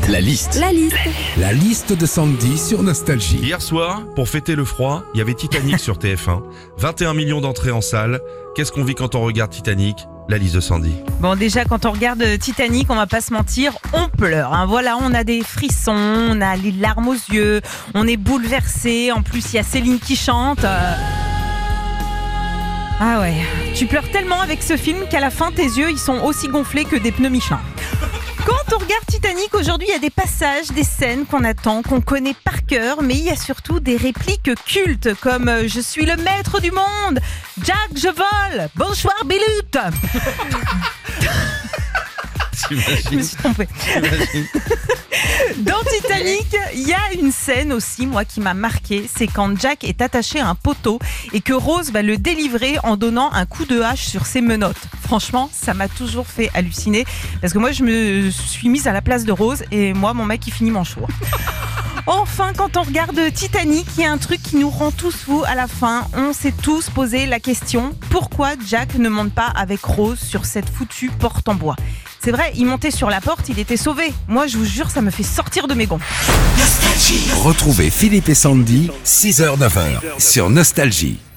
La liste. La liste. La liste de Sandy sur Nostalgie. Hier soir, pour fêter le froid, il y avait Titanic sur TF1. 21 millions d'entrées en salle. Qu'est-ce qu'on vit quand on regarde Titanic ? La liste de Sandy. Bon, déjà, quand on regarde Titanic, on va pas se mentir, on pleure. Voilà, on a des frissons, on a les larmes aux yeux, on est bouleversé. En plus, il y a Céline qui chante. Ah ouais, tu pleures tellement avec ce film qu'à la fin, tes yeux, ils sont aussi gonflés que des pneus Michelin. Quand on regarde Titanic, aujourd'hui, il y a des passages, des scènes qu'on attend, qu'on connaît par cœur, mais il y a surtout des répliques cultes comme « Je suis le maître du monde »,« Jack, je vole »,« Bonsoir, Bélut ». Je me suis trompée. Dans Titanic, il y a une scène aussi, moi, qui m'a marquée. C'est quand Jack est attaché à un poteau et que Rose va le délivrer en donnant un coup de hache sur ses menottes. Franchement, ça m'a toujours fait halluciner parce que moi, je me suis mise à la place de Rose et moi, mon mec, il finit manchot. Enfin, quand on regarde Titanic, il y a un truc qui nous rend tous fous à la fin. On s'est tous posé la question, pourquoi Jack ne monte pas avec Rose sur cette foutue porte en bois ? C'est vrai, il montait sur la porte, il était sauvé. Moi, je vous jure, ça me fait sortir de mes gonds. Retrouvez Philippe et Sandy, 6h-9h, sur Nostalgie.